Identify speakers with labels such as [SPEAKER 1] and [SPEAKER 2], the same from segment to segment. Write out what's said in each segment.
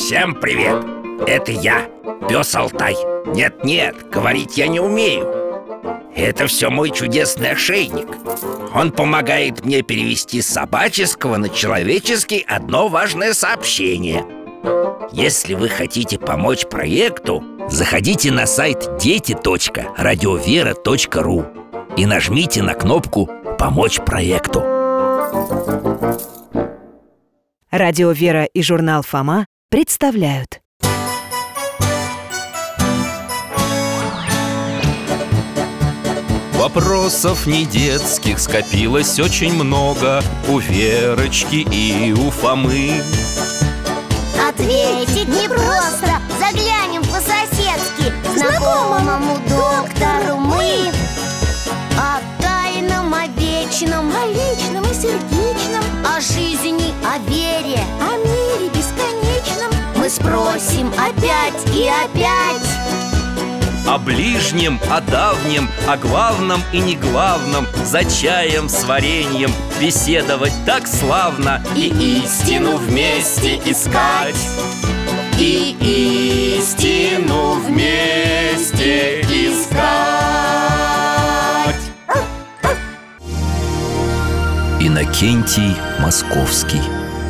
[SPEAKER 1] Всем привет! Это я, пес Алтай. Нет, говорить я не умею. Это все мой чудесный ошейник. Он помогает мне перевести с собаческого на человеческий одно важное сообщение. Если вы хотите помочь проекту, заходите на сайт дети.радиовера.ру и нажмите на кнопку «Помочь проекту».
[SPEAKER 2] Радио «Вера» и журнал «Фома» представляют.
[SPEAKER 3] Вопросов не детских скопилось очень много у Верочки и у Фомы.
[SPEAKER 4] Ответить непросто, заглянем по-соседски знакомому доктору мы. О тайном, о вечном, о личном и сердечном, о жизни, о вере, о мире бесконечном мы спросим опять и опять.
[SPEAKER 3] О ближнем, о давнем, о главном и неглавном, за чаем с вареньем беседовать так славно. И истину вместе искать, и истину вместе искать.
[SPEAKER 1] Иннокентий Московский.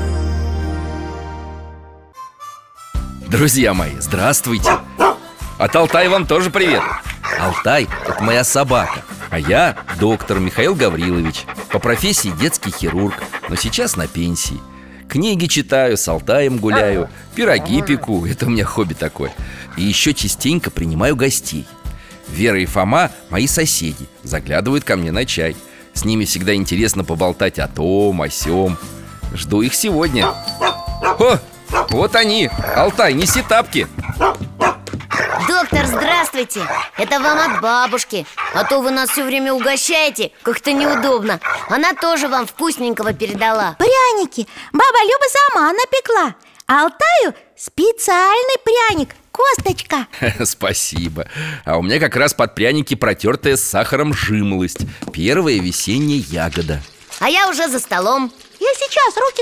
[SPEAKER 5] Друзья мои, здравствуйте! От Алтая вам тоже привет. Алтай – это моя собака. А я доктор Михаил Гаврилович. По профессии детский хирург, но сейчас на пенсии. Книги читаю, с Алтаем гуляю, пироги пеку – это у меня хобби такое. И еще частенько принимаю гостей. Вера и Фома – мои соседи, заглядывают ко мне на чай. С ними всегда интересно поболтать о том, о сём. Жду их сегодня. О, вот они! Алтай, неси тапки!
[SPEAKER 4] Доктор, здравствуйте! Это вам от бабушки. А то вы нас все время угощаете, как-то неудобно. Она тоже вам вкусненького передала.
[SPEAKER 6] Пряники баба Люба сама напекла. А Алтаю специальный пряник, косточка.
[SPEAKER 5] Спасибо. А у меня как раз под пряники протертая с сахаром жимолость. Первая весенняя ягода.
[SPEAKER 4] А я уже за столом.
[SPEAKER 6] Я сейчас, руки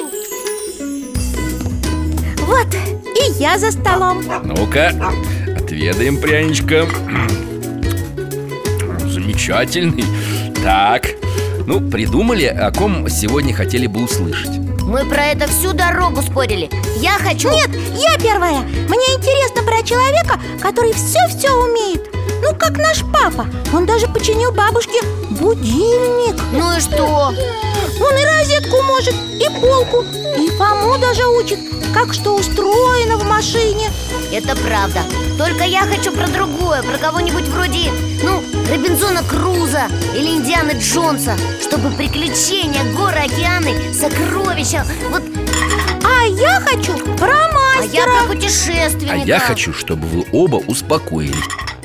[SPEAKER 6] домой. Вот, и я за столом.
[SPEAKER 5] Ну-ка, отведаем пряничка. Замечательный. Так, ну, придумали, о ком сегодня хотели бы услышать?
[SPEAKER 4] Мы про это всю дорогу спорили. Я хочу...
[SPEAKER 6] Нет, я первая. Мне интересно про человека, который все умеет. Ну, как наш папа. Он даже починил бабушке будильник.
[SPEAKER 4] Ну и что?
[SPEAKER 6] Он и розетку может, и полку, и Фому даже учит, как что устроено в машине.
[SPEAKER 4] Это правда. Только я хочу про другое, про кого-нибудь вроде, Робинзона Круза или Индианы Джонса, чтобы приключения, горы, океаны, сокровища. Вот.
[SPEAKER 6] А я хочу про мастера.
[SPEAKER 4] А я про путешественника.
[SPEAKER 5] А я хочу, чтобы вы оба успокоились.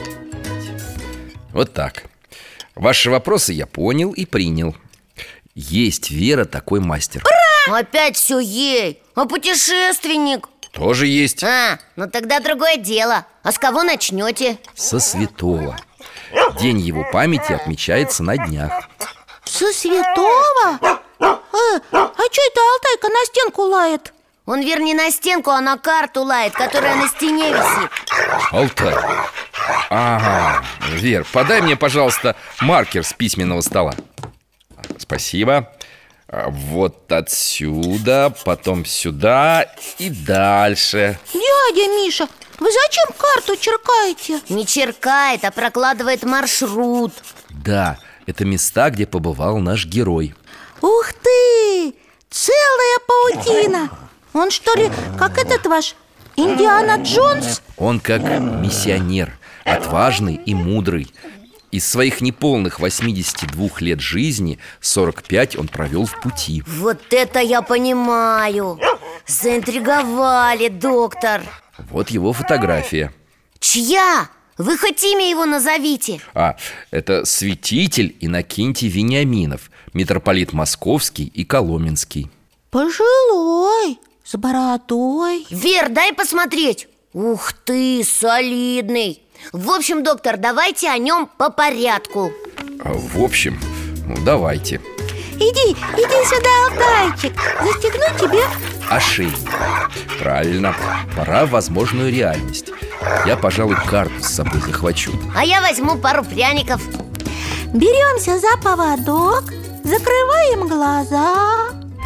[SPEAKER 5] Вот так. Ваши вопросы я понял и принял. Есть, Вера, такой мастер.
[SPEAKER 4] Ура! Опять все ей. А путешественник?
[SPEAKER 5] Тоже есть.
[SPEAKER 4] Ну тогда другое дело. А с кого начнете?
[SPEAKER 5] Со святого. День его памяти отмечается на днях.
[SPEAKER 6] Со святого? А что это Алтайка на стенку лает?
[SPEAKER 4] Он, вернее, на стенку, а на карту лает, которая на стене висит.
[SPEAKER 5] Алтай. Ага, Вер, подай мне, пожалуйста, маркер с письменного стола. Спасибо. Вот отсюда, потом сюда и дальше.
[SPEAKER 6] Дядя Миша, вы зачем карту черкаете?
[SPEAKER 4] Не черкает, а прокладывает маршрут.
[SPEAKER 5] Да, это места, где побывал наш герой.
[SPEAKER 6] Ух ты! Целая паутина! Он что ли, как этот ваш Индиана Джонс?
[SPEAKER 5] Он как миссионер, отважный и мудрый. Из своих неполных 82 лет жизни 45 он провел в пути.
[SPEAKER 4] Вот это я понимаю. Заинтриговали, доктор.
[SPEAKER 5] Вот его фотография.
[SPEAKER 4] Чья? Вы хоть имя его назовите.
[SPEAKER 5] Это святитель Иннокентий Вениаминов, митрополит Московский и Коломенский.
[SPEAKER 6] Пожилой, с бородой.
[SPEAKER 4] Вер, дай посмотреть. Ух ты, солидный. В общем, доктор, давайте о нем по порядку.
[SPEAKER 5] В общем, давайте.
[SPEAKER 6] Иди сюда, Алтайчик. Застегну тебе
[SPEAKER 5] ошейник. Правильно, пора в возможную реальность. Я, пожалуй, карту с собой захвачу.
[SPEAKER 4] А я возьму пару пряников.
[SPEAKER 6] Беремся за поводок, закрываем глаза.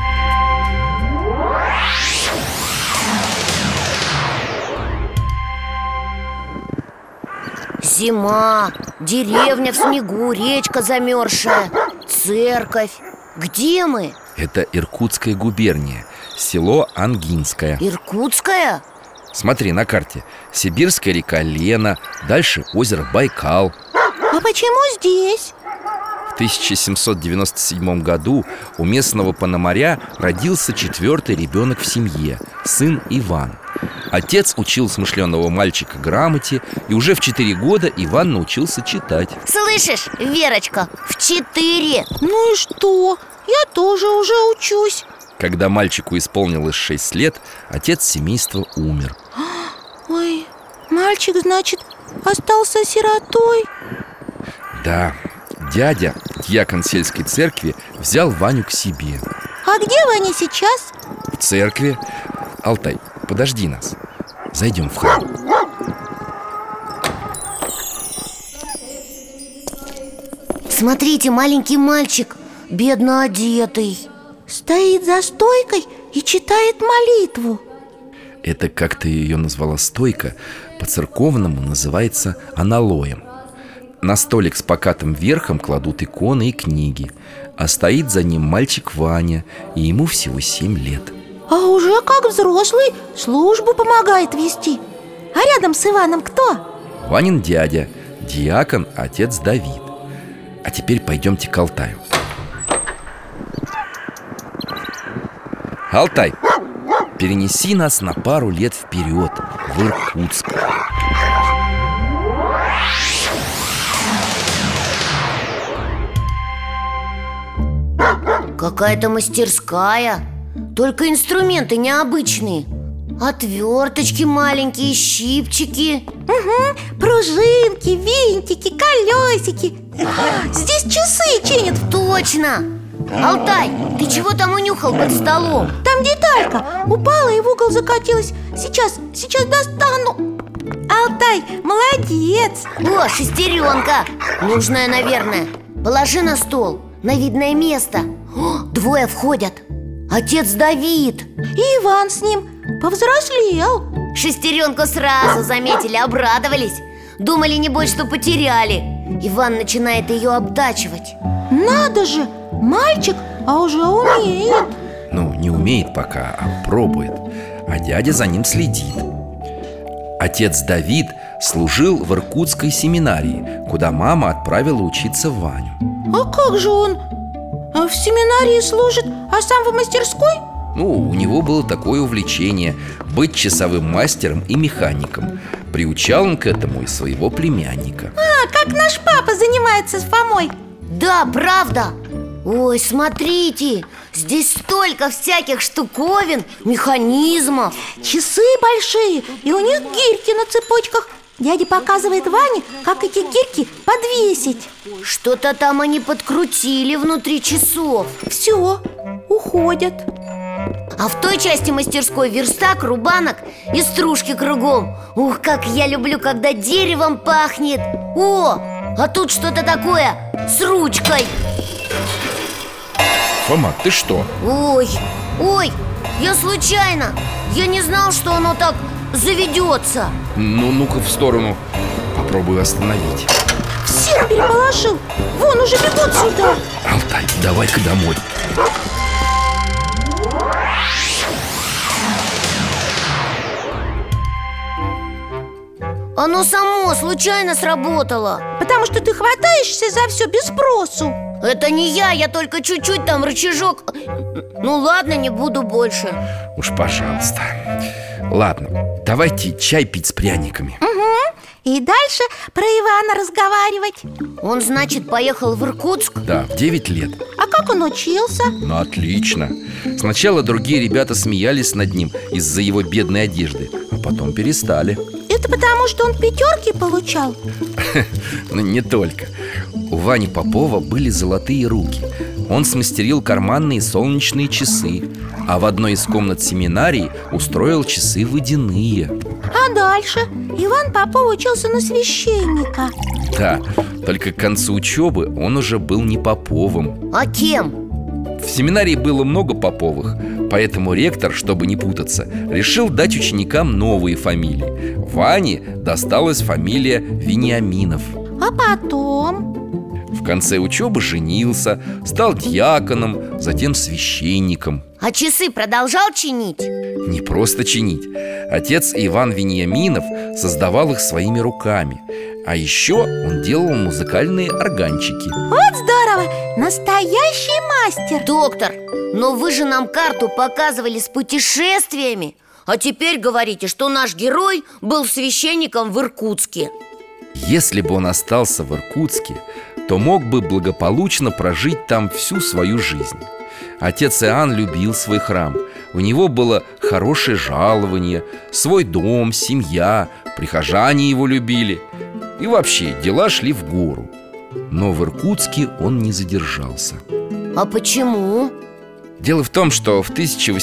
[SPEAKER 4] Зима, деревня в снегу, речка замерзшая, церковь. Где мы?
[SPEAKER 5] Это Иркутская губерния, село Ангинское.
[SPEAKER 4] Иркутская?
[SPEAKER 5] Смотри на карте. Сибирская река Лена, дальше озеро Байкал.
[SPEAKER 6] А почему здесь?
[SPEAKER 5] В 1797 году у местного пономаря родился 4-й ребенок в семье, сын Иван. Отец учил смышленого мальчика грамоте, и уже в 4 года Иван научился читать.
[SPEAKER 4] Слышишь, Верочка, в 4.
[SPEAKER 6] Ну и что? Я тоже уже учусь.
[SPEAKER 5] Когда мальчику исполнилось 6 лет, отец семейства умер.
[SPEAKER 6] Ой, мальчик, значит, остался сиротой?
[SPEAKER 5] Да, дядя, дьякон сельской церкви, взял Ваню к себе.
[SPEAKER 6] А где Ваня сейчас?
[SPEAKER 5] В церкви. Алтай, подожди нас. Зайдем в храм.
[SPEAKER 4] Смотрите, маленький мальчик, бедно одетый.
[SPEAKER 6] Стоит за стойкой и читает молитву.
[SPEAKER 5] Это, как ты ее назвала, стойка, по-церковному называется аналоем. На столик с покатым верхом кладут иконы и книги, а стоит за ним мальчик Ваня, и ему всего 7 лет.
[SPEAKER 6] А уже как взрослый службу помогает вести. А рядом с Иваном кто?
[SPEAKER 5] Ванин дядя, диакон, отец Давид. А теперь пойдемте к Алтаю. Алтай, перенеси нас на пару лет вперед, в Иркутск.
[SPEAKER 4] Какая-то мастерская. Только инструменты необычные. Отверточки маленькие, щипчики.
[SPEAKER 6] Угу, пружинки, винтики, колесики. Здесь часы чинят.
[SPEAKER 4] Точно! Алтай, ты чего там унюхал под столом?
[SPEAKER 6] Там деталька упала и в угол закатилась. Сейчас достану. Алтай, молодец.
[SPEAKER 4] О, шестеренка. Нужная, наверное. Положи на стол, на видное место. О, 2 входят. Отец Давид
[SPEAKER 6] и Иван с ним. Повзрослел.
[SPEAKER 4] Шестеренку сразу заметили, обрадовались. Думали, небось, что потеряли. Иван начинает ее обтачивать.
[SPEAKER 6] Надо же, мальчик, а уже умеет.
[SPEAKER 5] Ну, не умеет пока, а пробует. А дядя за ним следит. Отец Давид служил в Иркутской семинарии, куда мама отправила учиться Ваню.
[SPEAKER 6] А как же он? В семинарии служит, а сам в мастерской?
[SPEAKER 5] Ну, у него было такое увлечение – быть часовым мастером и механиком. Приучал он к этому и своего племянника.
[SPEAKER 6] А, как наш папа занимается с Фомой.
[SPEAKER 4] Да, правда. Ой, смотрите, здесь столько всяких штуковин, механизмов.
[SPEAKER 6] Часы большие, и у них гирьки на цепочках. Дядя показывает Ване, как эти гирьки подвесить.
[SPEAKER 4] Что-то там они подкрутили внутри часов.
[SPEAKER 6] Все, уходят.
[SPEAKER 4] А в той части мастерской верстак, рубанок и стружки кругом. Ух, как я люблю, когда деревом пахнет. О, а тут что-то такое с ручкой.
[SPEAKER 5] Фома, ты что?
[SPEAKER 4] Ой, я случайно. Я не знал, что оно так заведется.
[SPEAKER 5] Ну-ка в сторону. Попробую остановить.
[SPEAKER 6] Всех переполошил. Вон уже бегут сюда.
[SPEAKER 5] Алтай, давай-ка домой.
[SPEAKER 4] Оно само случайно сработало.
[SPEAKER 6] Потому что ты хватаешься за все без спросу.
[SPEAKER 4] Это не я только чуть-чуть там рычажок. Ну ладно, не буду больше.
[SPEAKER 5] Уж пожалуйста. Ладно, давайте чай пить с пряниками.
[SPEAKER 6] Угу. И дальше про Ивана разговаривать.
[SPEAKER 4] Он, значит, поехал в Иркутск?
[SPEAKER 5] Да, в 9 лет.
[SPEAKER 6] А как он учился?
[SPEAKER 5] Ну, отлично. Сначала другие ребята смеялись над ним из-за его бедной одежды, а потом перестали.
[SPEAKER 6] Это потому, что он 5 получал?
[SPEAKER 5] Ну, не только. У Вани Попова были золотые руки. Он смастерил карманные солнечные часы, а в одной из комнат семинарии устроил часы водяные.
[SPEAKER 6] А дальше Иван Попов учился на священника.
[SPEAKER 5] Да, только к концу учебы он уже был не Поповым.
[SPEAKER 4] А кем?
[SPEAKER 5] В семинарии было много Поповых, поэтому ректор, чтобы не путаться, решил дать ученикам новые фамилии. Ване досталась фамилия Вениаминов.
[SPEAKER 6] А потом?
[SPEAKER 5] В конце учебы женился, стал диаконом, затем священником.
[SPEAKER 4] А часы продолжал чинить?
[SPEAKER 5] Не просто чинить. Отец Иван Вениаминов создавал их своими руками. А еще он делал музыкальные органчики.
[SPEAKER 6] Вот здорово! Настоящий мастер!
[SPEAKER 4] Доктор, но вы же нам карту показывали с путешествиями. А теперь говорите, что наш герой был священником в Иркутске.
[SPEAKER 5] Если бы он остался в Иркутске, то мог бы благополучно прожить там всю свою жизнь. Отец Иоанн любил свой храм. У него было хорошее жалование, свой дом, семья, прихожане его любили. И вообще дела шли в гору. Но в Иркутске он не задержался.
[SPEAKER 4] А почему?
[SPEAKER 5] Дело в том, что в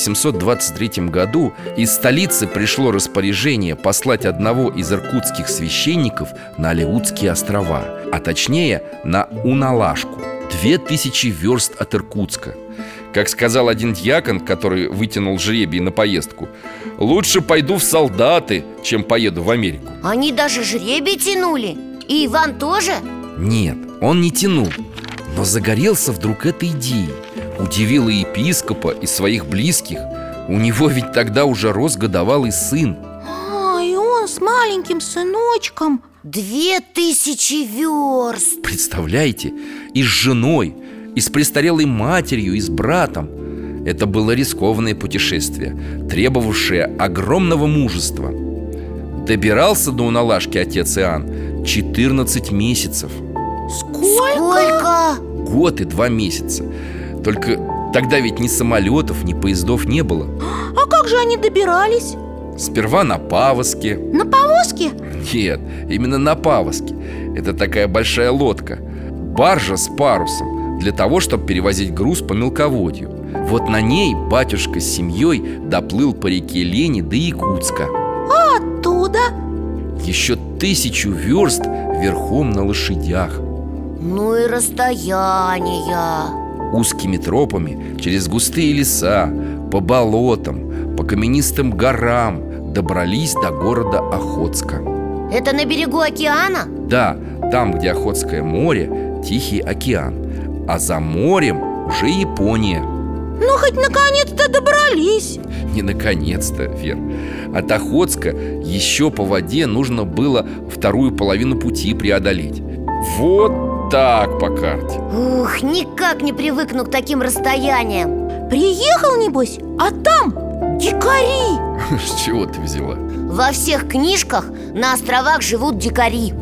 [SPEAKER 5] 1823 году из столицы пришло распоряжение послать одного из иркутских священников на Алеутские острова, а точнее на Уналашку, 2000 верст от Иркутска. Как сказал один дьякон, который вытянул жребий на поездку: «Лучше пойду в солдаты, чем поеду в Америку».
[SPEAKER 4] Они даже жребий тянули? И Иван тоже?
[SPEAKER 5] Нет, он не тянул, но загорелся вдруг этой идеей. Удивило епископа и своих близких. У него ведь тогда уже рос годовалый сын.
[SPEAKER 6] И он с маленьким сыночком.
[SPEAKER 4] 2000 верст!
[SPEAKER 5] Представляете, и с женой, и с престарелой матерью, и с братом. Это было рискованное путешествие, требовавшее огромного мужества. Добирался до Уналашки отец Иоанн 14 месяцев.
[SPEAKER 4] Сколько?
[SPEAKER 5] Год и 2 месяца. Только тогда ведь ни самолетов, ни поездов не было.
[SPEAKER 6] А как же они добирались?
[SPEAKER 5] Сперва на павоске.
[SPEAKER 6] На повозке?
[SPEAKER 5] Нет, именно на павоске. Это такая большая лодка, баржа с парусом, для того, чтобы перевозить груз по мелководью. Вот на ней батюшка с семьей доплыл по реке Лени до Якутска.
[SPEAKER 6] А оттуда?
[SPEAKER 5] Еще 1000 верст верхом на лошадях.
[SPEAKER 4] Ну и расстояние.
[SPEAKER 5] Узкими тропами, через густые леса, по болотам, по каменистым горам добрались до города Охотска.
[SPEAKER 4] Это на берегу океана?
[SPEAKER 5] Да, там, где Охотское море, Тихий океан. А за морем уже Япония.
[SPEAKER 6] Ну, хоть наконец-то добрались.
[SPEAKER 5] Не наконец-то, Вер. От Охотска еще по воде нужно было вторую половину пути преодолеть. Вот так по карте.
[SPEAKER 4] Ух, никак не привыкну к таким расстояниям.
[SPEAKER 6] Приехал, небось, а там дикари.
[SPEAKER 5] С чего ты взяла?
[SPEAKER 4] Во всех книжках на островах живут дикари.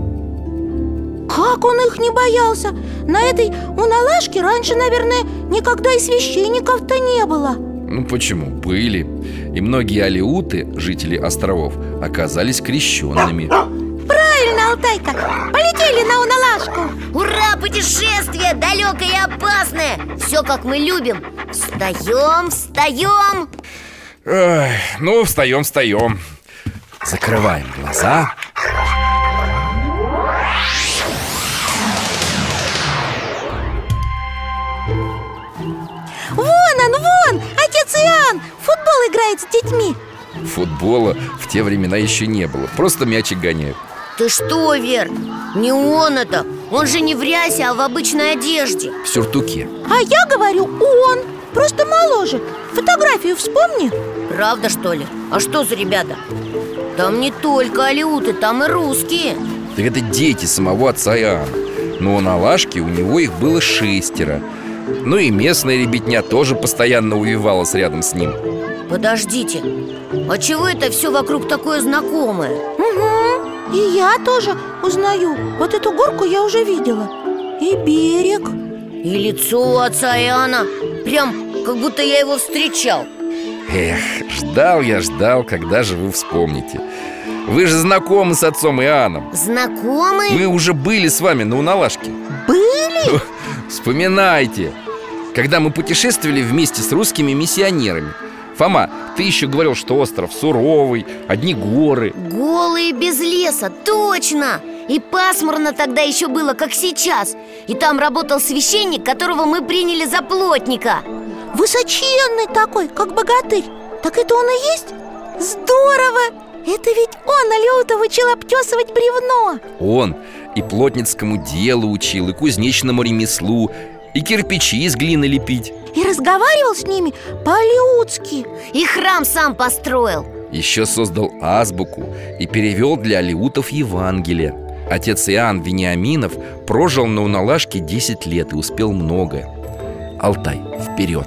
[SPEAKER 6] Как он их не боялся? На этой Уналашке раньше, наверное, никогда и священников-то не было.
[SPEAKER 5] Ну почему? Были. И многие алеуты, жители островов, оказались крещенными.
[SPEAKER 6] Правильно, Алтайка, полетели на Уналашку.
[SPEAKER 4] Ура, путешествие далекое и опасное. Все, как мы любим. Встаем, встаем.
[SPEAKER 5] Ой, ну, встаем. Закрываем глаза.
[SPEAKER 6] Вон, отец Иоанн в футбол играет с детьми.
[SPEAKER 5] Футбола в те времена еще не было. Просто мячик гоняют.
[SPEAKER 4] Ты что, Вер? Не он это. Он же не в рясе, а в обычной одежде.
[SPEAKER 5] В сюртуке.
[SPEAKER 6] А я говорю, он, просто моложе. Фотографию вспомни.
[SPEAKER 4] Правда, что ли? А что за ребята? Там не только алеуты, там и русские.
[SPEAKER 5] Так это дети самого отца Иоанна. Но на Лашке у него их было 6. Ну и местная ребятня тоже постоянно увивалась рядом с ним.
[SPEAKER 4] Подождите, а чего это все вокруг такое знакомое?
[SPEAKER 6] Угу, и я тоже узнаю. Вот эту горку я уже видела. И берег.
[SPEAKER 4] И лицо у отца Иоанна. Прям как будто я его встречал.
[SPEAKER 5] Эх, ждал, когда же вы вспомните. Вы же знакомы с отцом Иоанном.
[SPEAKER 4] Знакомы?
[SPEAKER 5] Мы уже были с вами на Уналашке.
[SPEAKER 6] Были?
[SPEAKER 5] Вспоминайте. когда мы путешествовали вместе с русскими миссионерами. Фома, ты еще говорил, что остров суровый, одни горы.
[SPEAKER 4] Голые без леса, точно! И пасмурно тогда еще было, как сейчас. И там работал священник, которого мы приняли за плотника.
[SPEAKER 6] Высоченный такой, как богатырь. Так это он и есть? Здорово! Это ведь он Алеута учил обтесывать бревно.
[SPEAKER 5] Он и плотницкому делу учил, и кузнечному ремеслу, и кирпичи из глины лепить.
[SPEAKER 6] И разговаривал с ними по-алеутски.
[SPEAKER 4] И храм сам построил.
[SPEAKER 5] Еще создал азбуку и перевел для алеутов Евангелие. Отец Иоанн Вениаминов прожил на Уналашке 10 лет и успел многое. Алтай, вперед!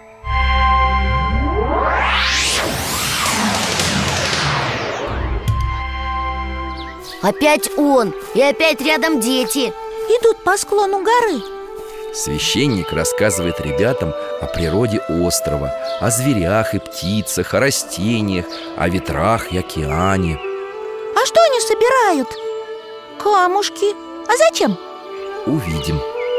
[SPEAKER 4] Опять он, и опять рядом дети.
[SPEAKER 6] Идут по склону горы.
[SPEAKER 5] Священник рассказывает ребятам о природе острова, о зверях и птицах, о растениях, о ветрах и океане.
[SPEAKER 6] А что они собирают? Камушки. А зачем?
[SPEAKER 5] Увидим.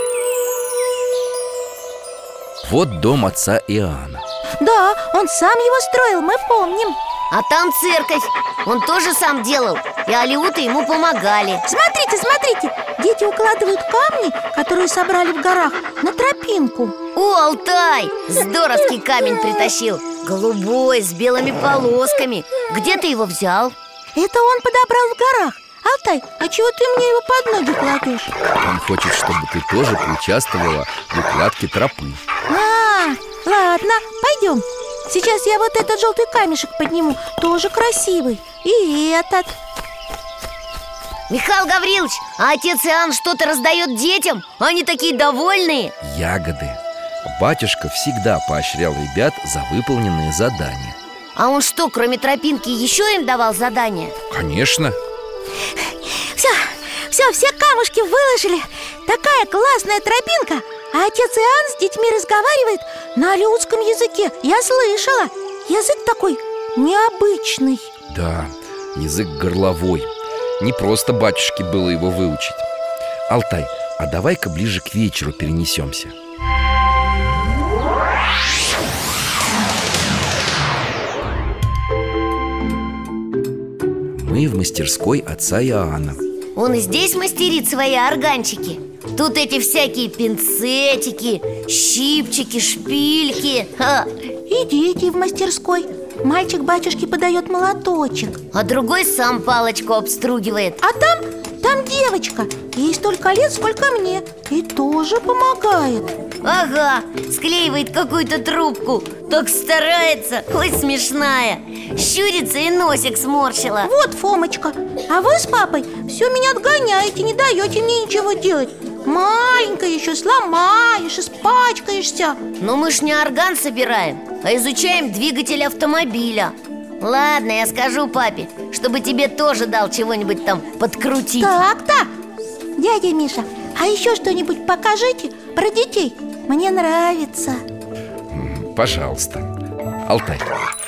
[SPEAKER 5] Вот дом отца Иоанна.
[SPEAKER 6] Да, он сам его строил, мы помним.
[SPEAKER 4] А там церковь. Он тоже сам делал. И алеуты ему помогали.
[SPEAKER 6] Смотрите, смотрите. Дети укладывают камни, которые собрали в горах, на тропинку.
[SPEAKER 4] О, Алтай! Здоровский камень притащил. Голубой, с белыми полосками. Где ты его взял?
[SPEAKER 6] Это он подобрал в горах. Алтай, а чего ты мне его под ноги кладешь?
[SPEAKER 5] Он хочет, чтобы ты тоже поучаствовала в укладке тропы.
[SPEAKER 6] Ладно, пойдем. Сейчас я вот этот желтый камешек подниму. Тоже красивый. И этот.
[SPEAKER 4] Михаил Гаврилович, а отец Иоанн что-то раздает детям? Они такие довольные.
[SPEAKER 5] Ягоды. Батюшка всегда поощрял ребят за выполненные задания.
[SPEAKER 4] А он что, кроме тропинки, еще им давал задания?
[SPEAKER 5] Конечно.
[SPEAKER 6] Все камушки выложили. Такая классная тропинка. А отец Иоанн с детьми разговаривает на алеутском языке. Я слышала. Язык такой необычный.
[SPEAKER 5] Да, язык горловой. Не просто батюшке было его выучить. Алтай, а давай-ка ближе к вечеру перенесемся. Мы в мастерской отца Иоанна.
[SPEAKER 4] Он и здесь мастерит свои органчики. Тут эти всякие пинцетики, щипчики, шпильки.
[SPEAKER 6] И дети в мастерской. Мальчик батюшке подает молоточек,
[SPEAKER 4] А другой сам палочку обстругивает.
[SPEAKER 6] а там девочка. Ей столько лет, сколько мне. И тоже помогает.
[SPEAKER 4] Ага, склеивает какую-то трубку. Так старается, ой, смешная. Щурится и носик сморщила.
[SPEAKER 6] Вот, Фомочка, а вы с папой все меня отгоняете, не даете мне ничего делать. Маленькая еще, сломаешь, испачкаешься.
[SPEAKER 4] Но мы ж не орган собираем, а изучаем двигатель автомобиля. Ладно, я скажу папе, чтобы тебе тоже дал чего-нибудь там подкрутить.
[SPEAKER 6] Так-то, дядя Миша, а еще что-нибудь покажите про детей. Мне нравится.
[SPEAKER 5] Пожалуйста. Алтай.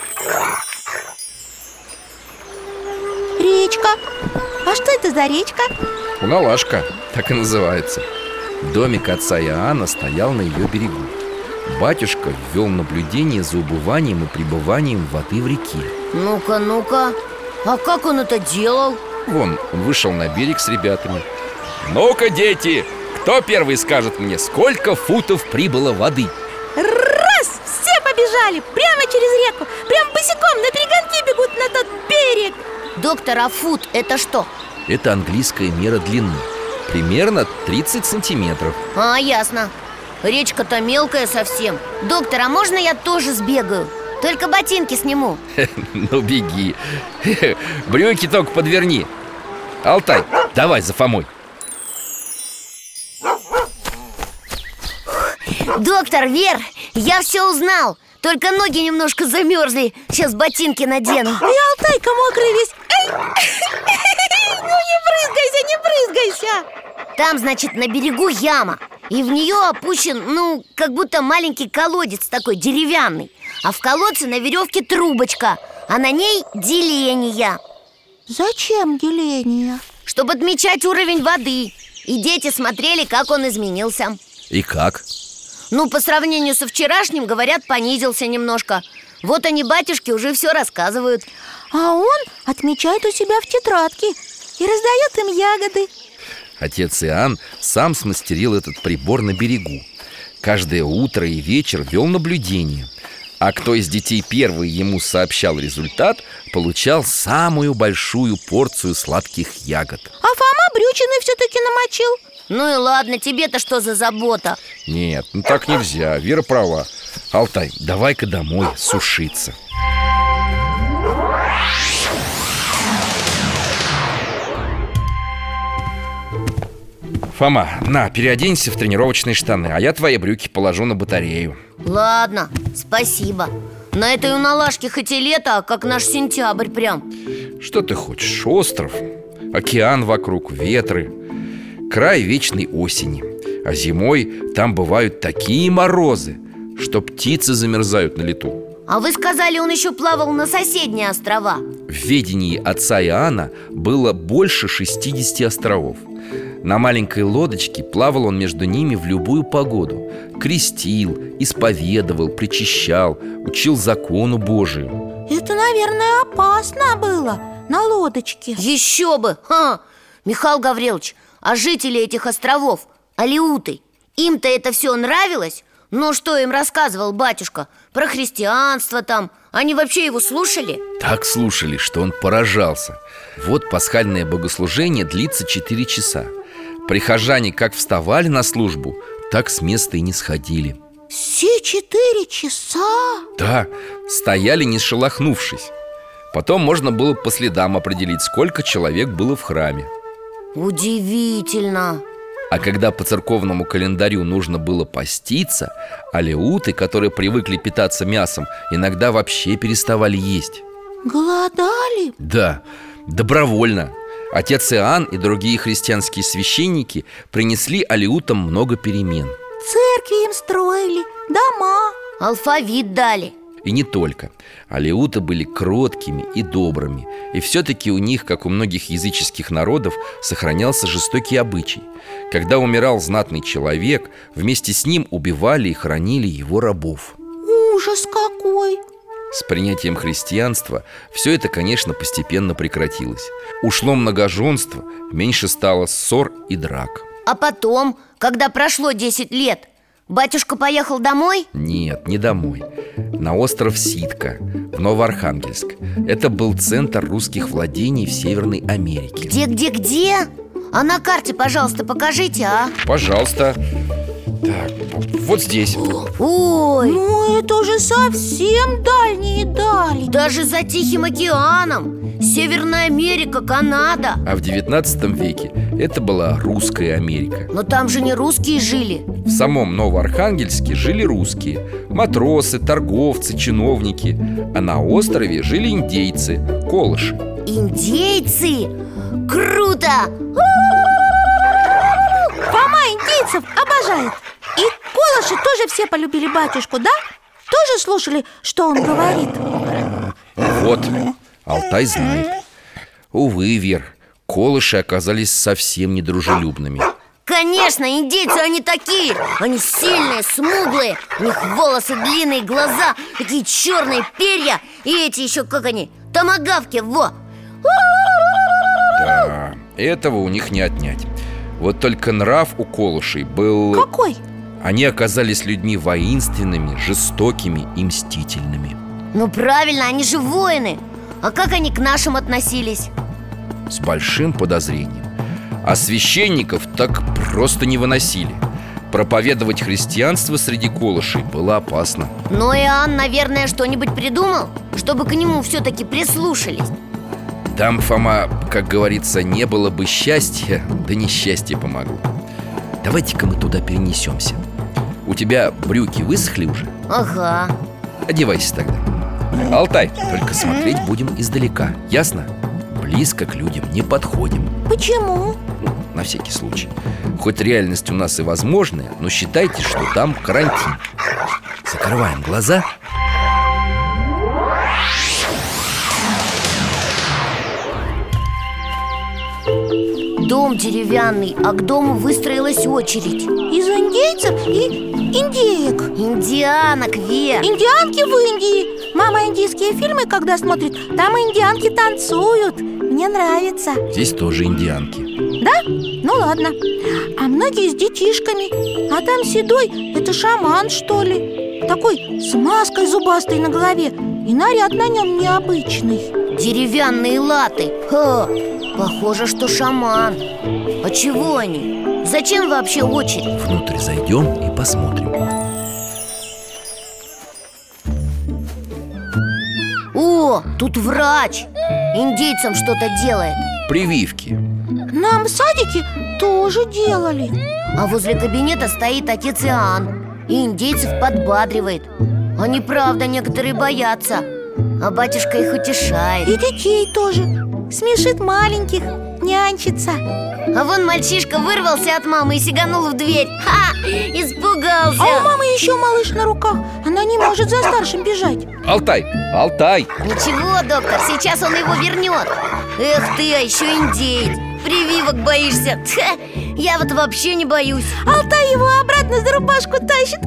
[SPEAKER 6] Речка. А что это за речка?
[SPEAKER 5] Уналашка, так и называется. Домик отца Иоанна стоял на ее берегу. Батюшка ввел наблюдение за убыванием и пребыванием воды в реке.
[SPEAKER 4] Ну-ка, ну-ка, а как он это делал?
[SPEAKER 5] Вон, он вышел на берег с ребятами. Ну-ка, дети, кто первый скажет мне, сколько футов прибыло воды?
[SPEAKER 6] Раз! Все побежали прямо через реку. Прям босиком на перегонки бегут на тот берег.
[SPEAKER 4] Доктор, а фут это что?
[SPEAKER 5] Это английская мера длины. Примерно 30 сантиметров.
[SPEAKER 4] А, ясно. Речка-то мелкая совсем. Доктор, а можно я тоже сбегаю? Только ботинки сниму.
[SPEAKER 5] Ну, беги. Брюки только подверни. Алтай, давай за Фомой.
[SPEAKER 4] Доктор, Вер, я все узнал. Только ноги немножко замерзли. Сейчас ботинки надену.
[SPEAKER 6] И Алтайка мокрый весь. Эй! Ну не брызгайся.
[SPEAKER 4] Там, значит, на берегу яма. И в нее опущен, как будто маленький колодец такой, деревянный. А в колодце на веревке трубочка. А на ней деление.
[SPEAKER 6] Зачем деление?
[SPEAKER 4] Чтобы отмечать уровень воды. И дети смотрели, как он изменился.
[SPEAKER 5] И как?
[SPEAKER 4] Ну, по сравнению со вчерашним, говорят, понизился немножко. Вот они, батюшки, уже все рассказывают.
[SPEAKER 6] А он отмечает у себя в тетрадке и раздает им ягоды.
[SPEAKER 5] Отец Иоанн сам смастерил этот прибор на берегу. Каждое утро и вечер вел наблюдение. А кто из детей первый ему сообщал результат, получал самую большую порцию сладких ягод.
[SPEAKER 6] А Фома брючины все-таки намочил.
[SPEAKER 4] Ну и ладно, тебе-то что за забота?
[SPEAKER 5] Нет, ну так нельзя, Вера права. Алтай, давай-ка домой сушиться. Фома, на, переоденься в тренировочные штаны, а я твои брюки положу на батарею.
[SPEAKER 4] Ладно, спасибо. На этой уналашке хоть и лето, а как наш сентябрь прям.
[SPEAKER 5] Что ты хочешь? Остров, океан вокруг, ветры, край вечной осени. А зимой там бывают такие морозы, что птицы замерзают на лету.
[SPEAKER 4] А вы сказали, он еще плавал на соседние острова.
[SPEAKER 5] В ведении отца Иоанна было больше 60 островов. На маленькой лодочке плавал он между ними в любую погоду. Крестил, исповедовал, причащал, учил закону Божию.
[SPEAKER 6] Это, наверное, опасно было на лодочке.
[SPEAKER 4] Еще бы! Ха! Михаил Гаврилович, а жители этих островов, алеуты, им-то это все нравилось? Ну, что им рассказывал батюшка? Про христианство там? Они вообще его слушали?
[SPEAKER 5] Так слушали, что он поражался. Вот пасхальное богослужение длится 4 часа. Прихожане как вставали на службу, так с места и не сходили.
[SPEAKER 6] Все 4 часа?
[SPEAKER 5] Да, стояли не шелохнувшись. Потом можно было по следам определить, сколько человек было в храме.
[SPEAKER 4] Удивительно!
[SPEAKER 5] А когда по церковному календарю нужно было поститься, алеуты, которые привыкли питаться мясом, иногда вообще переставали есть.
[SPEAKER 6] Голодали?
[SPEAKER 5] Да, добровольно. Отец Иоанн и другие христианские священники принесли алеутам много перемен.
[SPEAKER 6] Церкви им строили, дома.
[SPEAKER 4] Алфавит дали.
[SPEAKER 5] И не только. Алеуты были кроткими и добрыми. И все-таки у них, как у многих языческих народов, сохранялся жестокий обычай. Когда умирал знатный человек, вместе с ним убивали и хоронили его рабов.
[SPEAKER 6] Ужас какой!
[SPEAKER 5] С принятием христианства все это, конечно, постепенно прекратилось. Ушло многоженство, меньше стало ссор и драк.
[SPEAKER 4] А потом, когда прошло 10 лет, батюшка поехал домой?
[SPEAKER 5] Нет, не домой. На остров Ситка, в Новоархангельск. Это был центр русских владений в Северной Америке.
[SPEAKER 4] Где? А на карте, пожалуйста, покажите, а?
[SPEAKER 5] Пожалуйста. Так, вот здесь.
[SPEAKER 4] Ой,
[SPEAKER 6] Ну это же совсем дальние дали.
[SPEAKER 4] даже за Тихим океаном. Северная Америка, Канада.
[SPEAKER 5] А в 19 веке это была русская Америка.
[SPEAKER 4] Но там же не русские жили.
[SPEAKER 5] В самом Новоархангельске жили русские. Матросы, торговцы, чиновники. А на острове жили индейцы, колыши.
[SPEAKER 4] Индейцы? Круто!
[SPEAKER 6] Фома индейцев обожает. И колыши тоже все полюбили батюшку, да? Тоже слушали, что он говорит?
[SPEAKER 5] Вот, Алтай знает. Увы, Вер, колыши оказались совсем недружелюбными.
[SPEAKER 4] Конечно, индейцы они такие. Они сильные, смуглые. У них волосы длинные, глаза, такие черные перья. И эти еще, как они, томагавки, во!
[SPEAKER 5] Да, этого у них не отнять. Вот только нрав у колышей был...
[SPEAKER 6] Какой?
[SPEAKER 5] Они оказались людьми воинственными, жестокими и мстительными.
[SPEAKER 4] Ну правильно, они же воины. А как они к нашим относились?
[SPEAKER 5] С большим подозрением. А священников так просто не выносили. Проповедовать христианство среди колышей было опасно.
[SPEAKER 4] Но Иоанн, наверное, что-нибудь придумал, чтобы к нему все-таки прислушались.
[SPEAKER 5] Там, Фома, как говорится, не было бы счастья, да несчастье помогло. Давайте-ка мы туда перенесемся. У тебя брюки высохли уже?
[SPEAKER 4] Ага.
[SPEAKER 5] Одевайся тогда. Алтай, только смотреть будем издалека, ясно? Близко к людям не подходим.
[SPEAKER 6] Почему?
[SPEAKER 5] Ну, на всякий случай. Хоть реальность у нас и возможная, но считайте, что там карантин. Закрываем глаза.
[SPEAKER 4] Дом деревянный, а к дому выстроилась очередь.
[SPEAKER 6] Из индейцев и индеек.
[SPEAKER 4] Индианок, Вер.
[SPEAKER 6] Индианки в Индии. Мама индийские фильмы, когда смотрит, там индианки танцуют. Мне нравится.
[SPEAKER 5] Здесь тоже индианки.
[SPEAKER 6] Да? Ну ладно. А многие с детишками. А там седой, это шаман, что ли? Такой с маской зубастой на голове. И наряд на нем необычный.
[SPEAKER 4] Деревянные латы. Ха, похоже, что шаман. А чего они? Зачем вообще очередь?
[SPEAKER 5] Внутрь зайдем и посмотрим.
[SPEAKER 4] О, тут врач. Индейцам что-то делает.
[SPEAKER 5] Прививки.
[SPEAKER 6] Нам в садике тоже делали.
[SPEAKER 4] А возле кабинета стоит отец Иоанн и индейцев подбадривает. Они, правда, некоторые боятся, а батюшка их утешает.
[SPEAKER 6] И детей тоже. Смешит маленьких, нянчится.
[SPEAKER 4] А вон мальчишка вырвался от мамы и сиганул в дверь. Ха! Испугался.
[SPEAKER 6] А у мамы еще малыш на руках. Она не может за старшим бежать.
[SPEAKER 5] Алтай, Алтай!
[SPEAKER 4] Ничего, доктор, сейчас он его вернет. Эх ты, а еще индеец. Прививок боишься? Ха, я вот вообще не боюсь.
[SPEAKER 6] Алтай его обратно за рубашку тащит.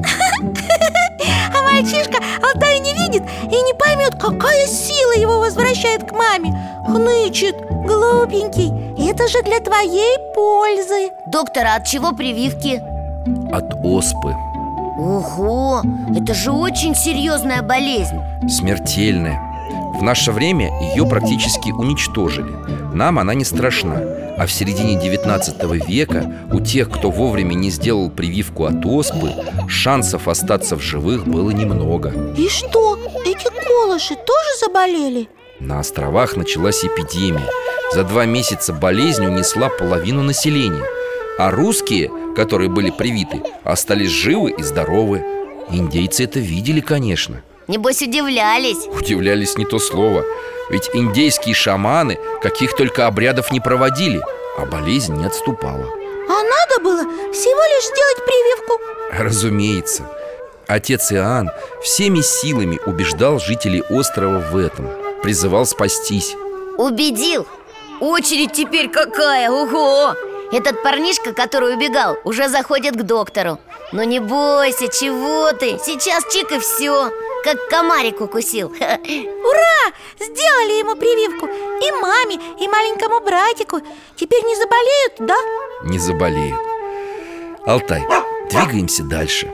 [SPEAKER 6] А мальчишка Алтай не видит и не поймет, какая сила его возвращает к маме. Хнычет, глупенький. Это же для твоей пользы.
[SPEAKER 4] Доктор, а от чего прививки?
[SPEAKER 5] От оспы.
[SPEAKER 4] Ого, это же очень серьезная болезнь.
[SPEAKER 5] Смертельная. В наше время ее практически уничтожили. Нам она не страшна. А в середине 19 века у тех, кто вовремя не сделал прививку от оспы, шансов остаться в живых было немного.
[SPEAKER 6] И что, эти колыши тоже заболели?
[SPEAKER 5] На островах началась эпидемия. За 2 месяца болезнь унесла половину населения. А русские, которые были привиты, остались живы и здоровы. Индейцы это видели, конечно.
[SPEAKER 4] Небось, удивлялись.
[SPEAKER 5] Удивлялись не то слово. Ведь индейские шаманы каких только обрядов не проводили, а болезнь не отступала.
[SPEAKER 6] А надо было всего лишь сделать прививку.
[SPEAKER 5] Разумеется. Отец Иоанн всеми силами убеждал жителей острова в этом. Призывал спастись.
[SPEAKER 4] Убедил. Очередь теперь какая, ого! Этот парнишка, который убегал, уже заходит к доктору. Но не бойся, чего ты? Сейчас чик и все. Как комарик укусил.
[SPEAKER 6] Ура! Сделали ему прививку. И маме, и маленькому братику. Теперь не заболеют, да?
[SPEAKER 5] Не заболеют. Алтай, двигаемся дальше.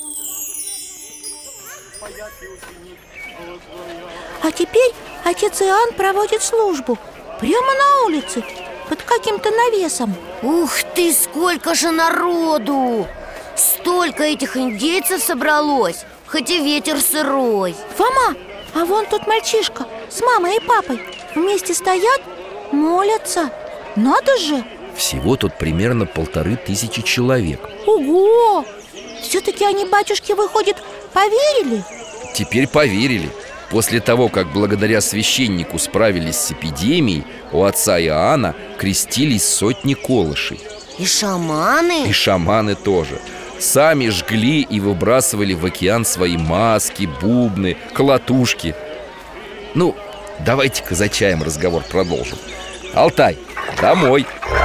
[SPEAKER 6] А теперь отец Иоанн проводит службу прямо на улице, под каким-то навесом.
[SPEAKER 4] Ух ты, сколько же народу! Столько этих индейцев собралось, хоть и ветер сырой.
[SPEAKER 6] Фома, а вон тот мальчишка с мамой и папой вместе стоят, молятся. Надо же!
[SPEAKER 5] Всего тут примерно 1500 человек.
[SPEAKER 6] Ого! Все-таки они, батюшки, выходит, поверили?
[SPEAKER 5] Теперь поверили. После того, как благодаря священнику справились с эпидемией, у отца Иоанна крестились сотни колышей.
[SPEAKER 4] И шаманы?
[SPEAKER 5] И шаманы тоже. Сами жгли и выбрасывали в океан свои маски, бубны, колотушки. Ну, давайте-ка за чаем разговор продолжим. Алтай, домой!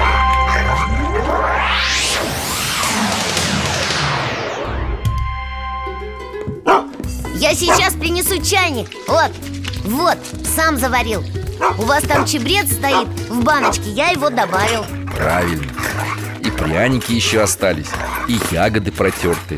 [SPEAKER 4] Я сейчас принесу чайник. Вот, сам заварил. У вас там чабрец стоит в баночке, я его добавил.
[SPEAKER 5] Правильно. И пряники еще остались, и ягоды протертые.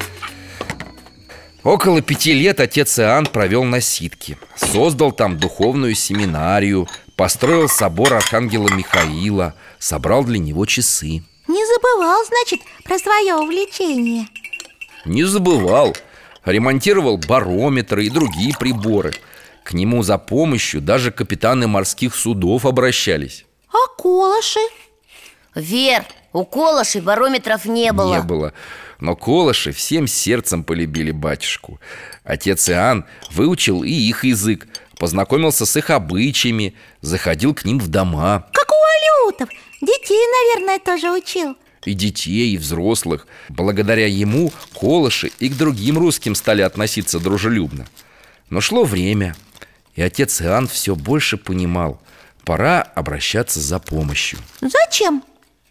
[SPEAKER 5] Около 5 лет отец Иоанн провел на Ситке. Создал там духовную семинарию, построил собор Архангела Михаила, собрал для него часы.
[SPEAKER 6] Не забывал, значит, про свое увлечение.
[SPEAKER 5] Не забывал. Ремонтировал барометры и другие приборы. К нему за помощью даже капитаны морских судов обращались.
[SPEAKER 6] А колыши?
[SPEAKER 4] Вер, у колышей барометров не было.
[SPEAKER 5] Не было. Но колыши всем сердцем полюбили батюшку. Отец Иоанн выучил и их язык, познакомился с их обычаями, заходил к ним в дома.
[SPEAKER 6] Как у алютов. Детей, наверное, тоже учил.
[SPEAKER 5] И детей, и взрослых. Благодаря ему колыши и к другим русским стали относиться дружелюбно. Но шло время, и отец Иоанн все больше понимал: пора обращаться за помощью.
[SPEAKER 6] Зачем?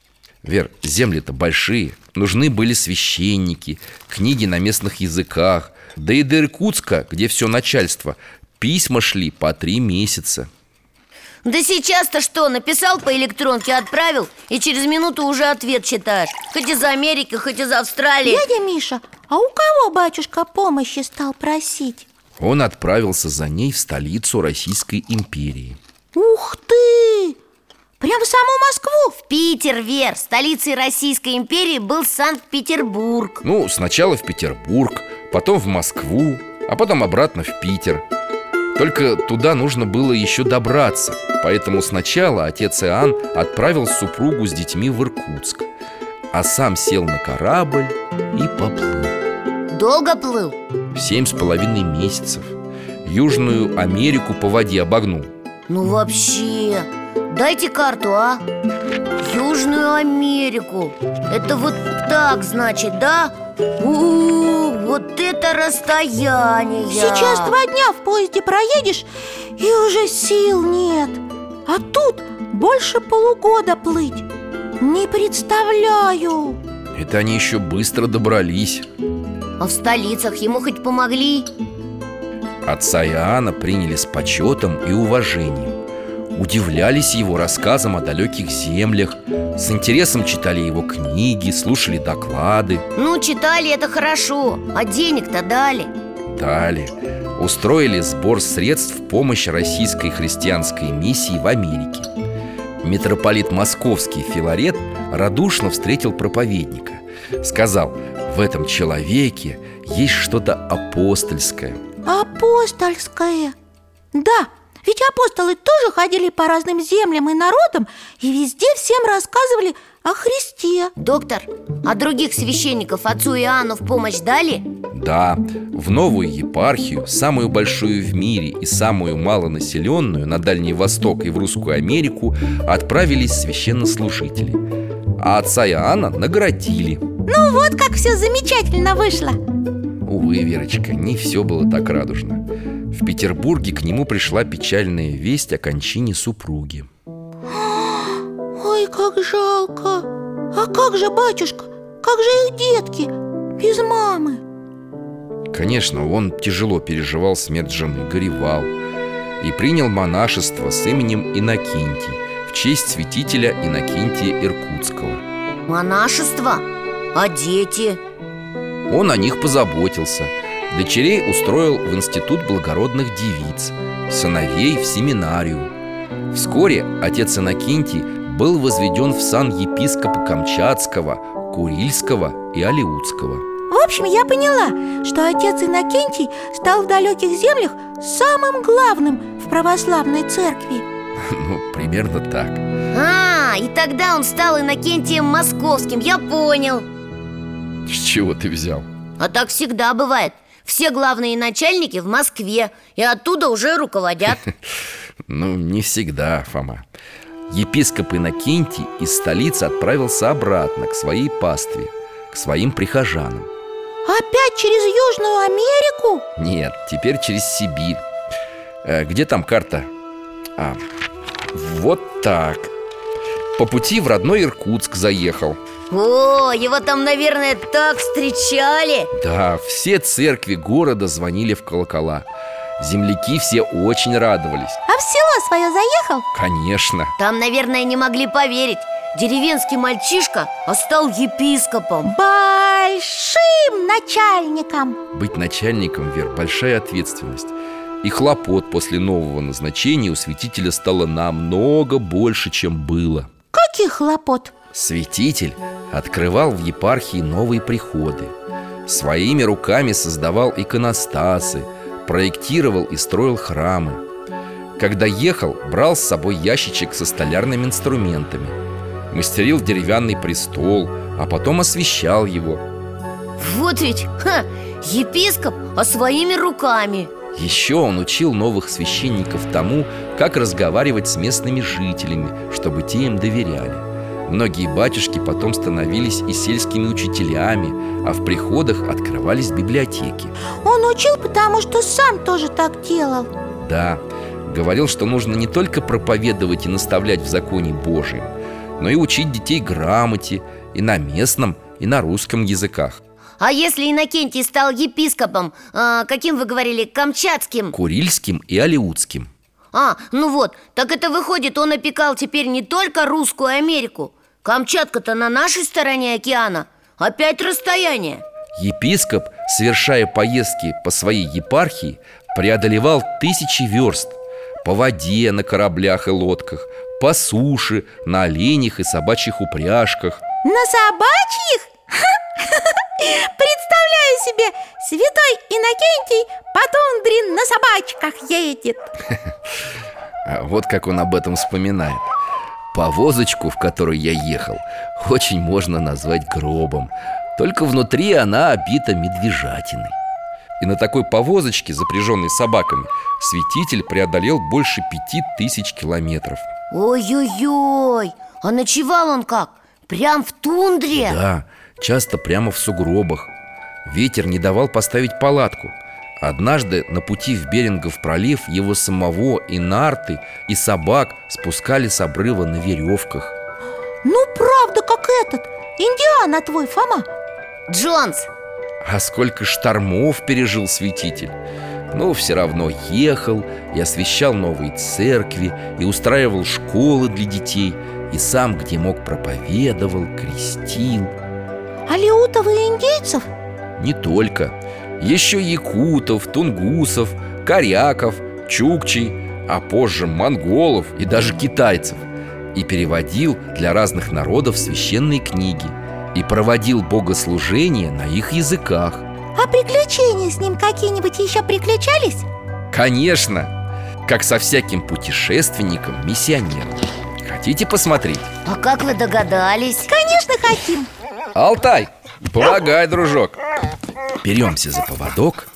[SPEAKER 5] Вер, земли-то большие, нужны были священники, книги на местных языках. Да и до Иркутска, где все начальство, письма шли по 3 месяца.
[SPEAKER 4] Да сейчас-то что, написал по электронке, отправил, и через минуту уже ответ читаешь. Хоть из Америки, хоть из Австралии.
[SPEAKER 6] Дядя Миша, а у кого батюшка помощи стал просить?
[SPEAKER 5] Он отправился за ней в столицу Российской империи.
[SPEAKER 6] Ух ты! Прям в саму Москву?
[SPEAKER 4] В Питер, Вер, столицей Российской империи был Санкт-Петербург.
[SPEAKER 5] Ну, сначала в Петербург, потом в Москву, а потом обратно в Питер. Только туда нужно было еще добраться. Поэтому сначала отец Иоанн отправил супругу с детьми в Иркутск, а сам сел на корабль и поплыл.
[SPEAKER 4] Долго плыл?
[SPEAKER 5] 7,5 месяцев. Южную Америку по воде обогнул.
[SPEAKER 4] Ну вообще, дайте карту, а? Южную Америку. Это вот так, значит, да? Вот это расстояние.
[SPEAKER 6] Сейчас 2 дня в поезде проедешь, и уже сил нет. А тут больше полугода плыть. Не представляю.
[SPEAKER 5] Это они еще быстро добрались.
[SPEAKER 4] А в столицах ему хоть помогли?
[SPEAKER 5] Отца Иоанна приняли с почетом и уважением. Удивлялись его рассказам о далеких землях, с интересом читали его книги, слушали доклады.
[SPEAKER 4] Ну, читали, это хорошо, а денег-то дали?
[SPEAKER 5] Дали. Устроили сбор средств в помощь российской христианской миссии в Америке. Митрополит Московский Филарет радушно встретил проповедника. Сказал: в этом человеке есть что-то апостольское.
[SPEAKER 6] Апостольское? Да, ведь апостолы тоже ходили по разным землям и народам, и везде всем рассказывали о Христе.
[SPEAKER 4] Доктор, а других священников отцу Иоанну в помощь дали?
[SPEAKER 5] Да, в новую епархию, самую большую в мире и самую малонаселенную на Дальний Восток и в Русскую Америку, отправились священнослужители. А отца Иоанна наградили.
[SPEAKER 6] Ну вот как все замечательно вышло.
[SPEAKER 5] Увы, Верочка, не все было так радужно. В Петербурге к нему пришла печальная весть о кончине супруги.
[SPEAKER 6] Ой, как жалко. А как же батюшка? Как же их детки без мамы?
[SPEAKER 5] Конечно, он тяжело переживал смерть жены, горевал и принял монашество с именем Иннокентий в честь святителя Иннокентия Иркутского.
[SPEAKER 4] Монашество? А дети?
[SPEAKER 5] Он о них позаботился. Дочерей устроил в институт благородных девиц, сыновей в семинарию. Вскоре отец Иннокентий был возведен в сан епископа Камчатского, Курильского и Алеутского.
[SPEAKER 6] В общем, я поняла, что отец Иннокентий стал в далеких землях самым главным в православной церкви.
[SPEAKER 5] Ну, примерно так.
[SPEAKER 4] И тогда он стал Иннокентием Московским, я понял.
[SPEAKER 5] С чего ты взял?
[SPEAKER 4] А так всегда бывает. Все главные начальники в Москве, и оттуда уже руководят.
[SPEAKER 5] Ну, не всегда, Фома. Епископ Иннокентий из столицы отправился обратно к своей пастве, к своим прихожанам.
[SPEAKER 6] Опять через Южную Америку?
[SPEAKER 5] Нет, теперь через Сибирь. Где там карта? Вот так. По пути в родной Иркутск заехал.
[SPEAKER 4] О, его там, наверное, так встречали.
[SPEAKER 5] Да, все церкви города звонили в колокола. Земляки все очень радовались.
[SPEAKER 6] А в село свое заехал?
[SPEAKER 5] Конечно.
[SPEAKER 4] Там, наверное, не могли поверить. Деревенский мальчишка, а стал епископом.
[SPEAKER 6] Большим начальником.
[SPEAKER 5] Быть начальником, Вер, большая ответственность. И хлопот после нового назначения у святителя стало намного больше, чем было.
[SPEAKER 6] Каких хлопот?
[SPEAKER 5] Святитель открывал в епархии новые приходы, своими руками создавал иконостасы, проектировал и строил храмы. Когда ехал, брал с собой ящичек со столярными инструментами, мастерил деревянный престол, а потом освящал его.
[SPEAKER 4] Вот ведь, епископ, а своими руками.
[SPEAKER 5] Еще он учил новых священников тому, как разговаривать с местными жителями, чтобы те им доверяли. Многие батюшки потом становились и сельскими учителями, а в приходах открывались библиотеки.
[SPEAKER 6] Он учил, потому что сам тоже так делал.
[SPEAKER 5] Да, говорил, что нужно не только проповедовать и наставлять в законе Божьем, но и учить детей грамоте и на местном, и на русском языках.
[SPEAKER 4] А если Иннокентий стал епископом, каким вы говорили, камчатским?
[SPEAKER 5] Курильским и алеутским.
[SPEAKER 4] Ну вот, так это выходит, он опекал теперь не только русскую Америку. Камчатка-то на нашей стороне океана. Опять расстояние.
[SPEAKER 5] Епископ, совершая поездки по своей епархии, преодолевал 1000 верст. По воде на кораблях и лодках, по суше, на оленях и собачьих упряжках.
[SPEAKER 6] На собачьих? Представляю себе, святой Иннокентий по тундре на собачках едет.
[SPEAKER 5] Вот как он об этом вспоминает. Повозочку, в которой я ехал, очень можно назвать гробом. Только внутри она обита медвежатиной. И на такой повозочке, запряженной собаками, святитель преодолел больше 5000 километров.
[SPEAKER 4] Ой-ой-ой, а ночевал он как? Прям в тундре?
[SPEAKER 5] Да, часто прямо в сугробах. Ветер не давал поставить палатку. Однажды на пути в Берингов пролив его самого и нарты, и собак спускали с обрыва на веревках.
[SPEAKER 6] Ну, правда, как этот Индиана твой, Фома.
[SPEAKER 4] Джонс.
[SPEAKER 5] А сколько штормов пережил святитель. Но все равно ехал и освещал новые церкви, и устраивал школы для детей, и сам, где мог, проповедовал, крестил.
[SPEAKER 6] Алеутов и индейцев?
[SPEAKER 5] Не только. Еще якутов, тунгусов, коряков, чукчей, а позже монголов и даже китайцев. И переводил для разных народов священные книги, и проводил богослужения на их языках.
[SPEAKER 6] А приключения с ним какие-нибудь еще приключались?
[SPEAKER 5] Конечно, как со всяким путешественником-миссионером. Хотите посмотреть?
[SPEAKER 4] А как вы догадались?
[SPEAKER 6] Конечно, хотим.
[SPEAKER 5] Алтай, помогай, дружок. Беремся за поводок.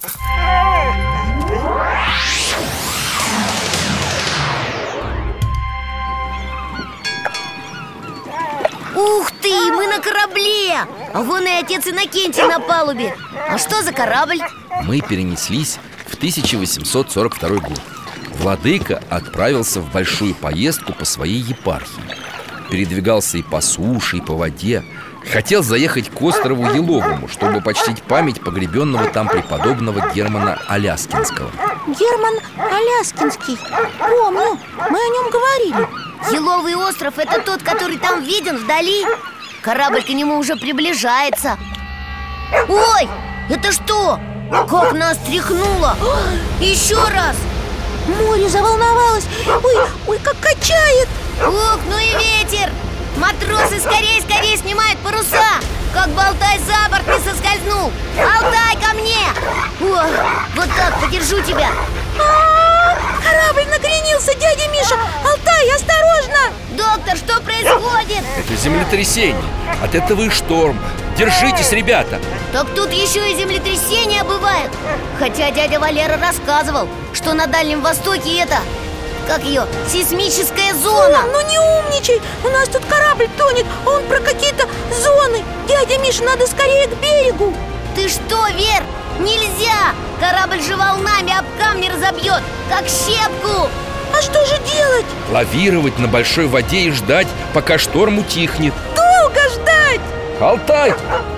[SPEAKER 4] Ух ты, мы на корабле! А вон и отец Иннокентий на палубе. А что за корабль?
[SPEAKER 5] Мы перенеслись в 1842 год. Владыка отправился в большую поездку по своей епархии. Передвигался и по суше, и по воде. Хотел заехать к острову Еловому, чтобы почтить память погребенного там преподобного Германа Аляскинского.
[SPEAKER 6] Герман Аляскинский. Помню, мы о нем говорили.
[SPEAKER 4] Еловый остров – это тот, который там виден вдали. Корабль к нему уже приближается. Ой, это что? Как нас тряхнуло! Еще раз!
[SPEAKER 6] Море заволновалось. Ой, как качает.
[SPEAKER 4] Ох, ну и ветер! Матросы скорее снимают паруса, как бы Алтай за борт не соскользнул. Алтай, ко мне! Ох, вот так, подержу тебя.
[SPEAKER 6] Корабль накренился, дядя Миша. Алтай, осторожно!
[SPEAKER 4] Доктор, что происходит?
[SPEAKER 5] Это землетрясение. От этого и шторм. Держитесь, ребята.
[SPEAKER 4] Так тут еще и землетрясения бывают. Хотя дядя Валера рассказывал, что на Дальнем Востоке это, как ее, сейсмическая зона.
[SPEAKER 6] Ну не умничай, у нас тут корабль тонет, а он про какие-то зоны. Дядя Миша, надо скорее к берегу.
[SPEAKER 4] Ты что, Вер? Нельзя! Корабль же волнами об камни разобьет, как щепку.
[SPEAKER 6] А что же делать?
[SPEAKER 5] Лавировать на большой воде и ждать, пока шторм утихнет.
[SPEAKER 6] Долго ждать!
[SPEAKER 5] Алтай!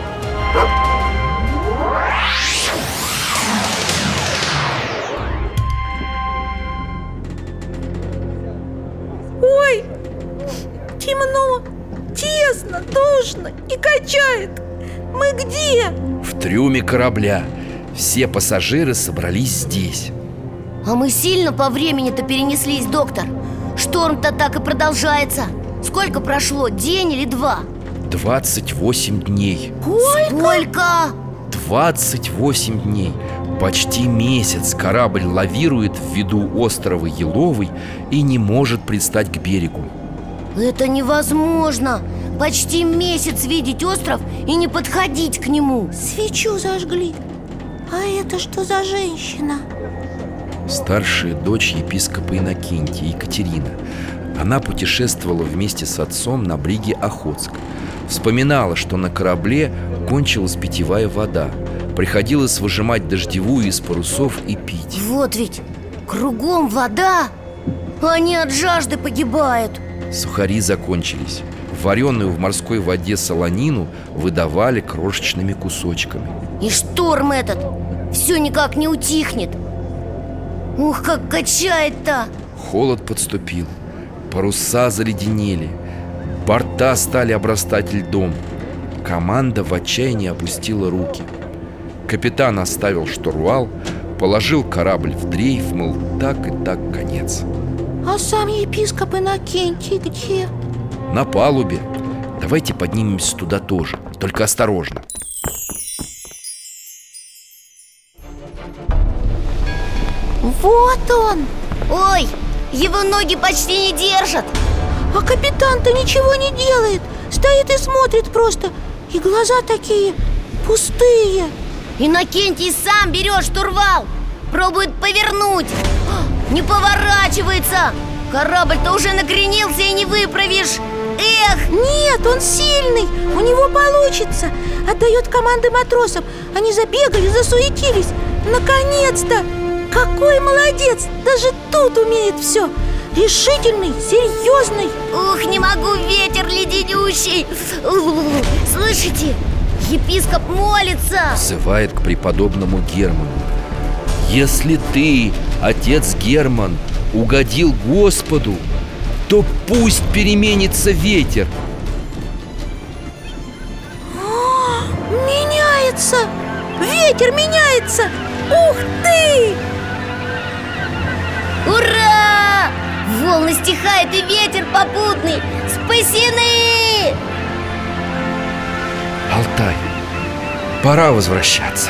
[SPEAKER 6] Ой, темно, тесно, душно и качает. Мы где?
[SPEAKER 5] В трюме корабля. Все пассажиры собрались здесь.
[SPEAKER 4] А мы сильно по времени-то перенеслись, доктор. Шторм-то так и продолжается. Сколько прошло, день или два?
[SPEAKER 5] 28 дней.
[SPEAKER 4] Сколько?
[SPEAKER 5] 28 дней. Почти месяц корабль лавирует в виду острова Еловый и не может пристать к берегу.
[SPEAKER 4] Это невозможно. Почти месяц видеть остров и не подходить к нему.
[SPEAKER 6] Свечу зажгли. А это что за женщина?
[SPEAKER 5] Старшая дочь епископа Иннокентия, Екатерина. Она путешествовала вместе с отцом на бриге Охотск. Вспоминала, что на корабле кончилась питьевая вода. Приходилось выжимать дождевую из парусов и пить.
[SPEAKER 4] Вот ведь, кругом вода, а они от жажды погибают.
[SPEAKER 5] Сухари закончились. вареную в морской воде солонину выдавали крошечными кусочками.
[SPEAKER 4] И шторм этот все никак не утихнет. Ух, как качает-то!
[SPEAKER 5] Холод подступил, паруса заледенели, борта стали обрастать льдом. Команда в отчаянии опустила руки. Капитан оставил штурвал, положил корабль в дрейф, мол, так и так конец.
[SPEAKER 6] А сам епископ Иннокентий где?
[SPEAKER 5] На палубе. Давайте поднимемся туда тоже, только осторожно.
[SPEAKER 6] Вот он!
[SPEAKER 4] Ой, его ноги почти не держат.
[SPEAKER 6] А капитан-то ничего не делает. Стоит и смотрит просто. И глаза такие пустые.
[SPEAKER 4] Иннокентий сам берет штурвал, пробует повернуть. Не поворачивается. Корабль-то уже накренился и не выправишь. Эх!
[SPEAKER 6] Нет, он сильный, у него получится. Отдает команды матросам. Они забегали, засуетились. Наконец-то! Какой молодец! Даже тут умеет все. Решительный, серьезный.
[SPEAKER 4] Ух, не могу, ветер леденющий. Слышите? Епископ молится.
[SPEAKER 5] Взывает к преподобному Герману. Если ты, отец Герман, угодил Господу, то пусть переменится ветер.
[SPEAKER 6] Меняется! Ветер меняется! Ух ты!
[SPEAKER 4] Ура! Волны стихают и ветер попутный. Спасены!
[SPEAKER 5] Алтай, пора возвращаться.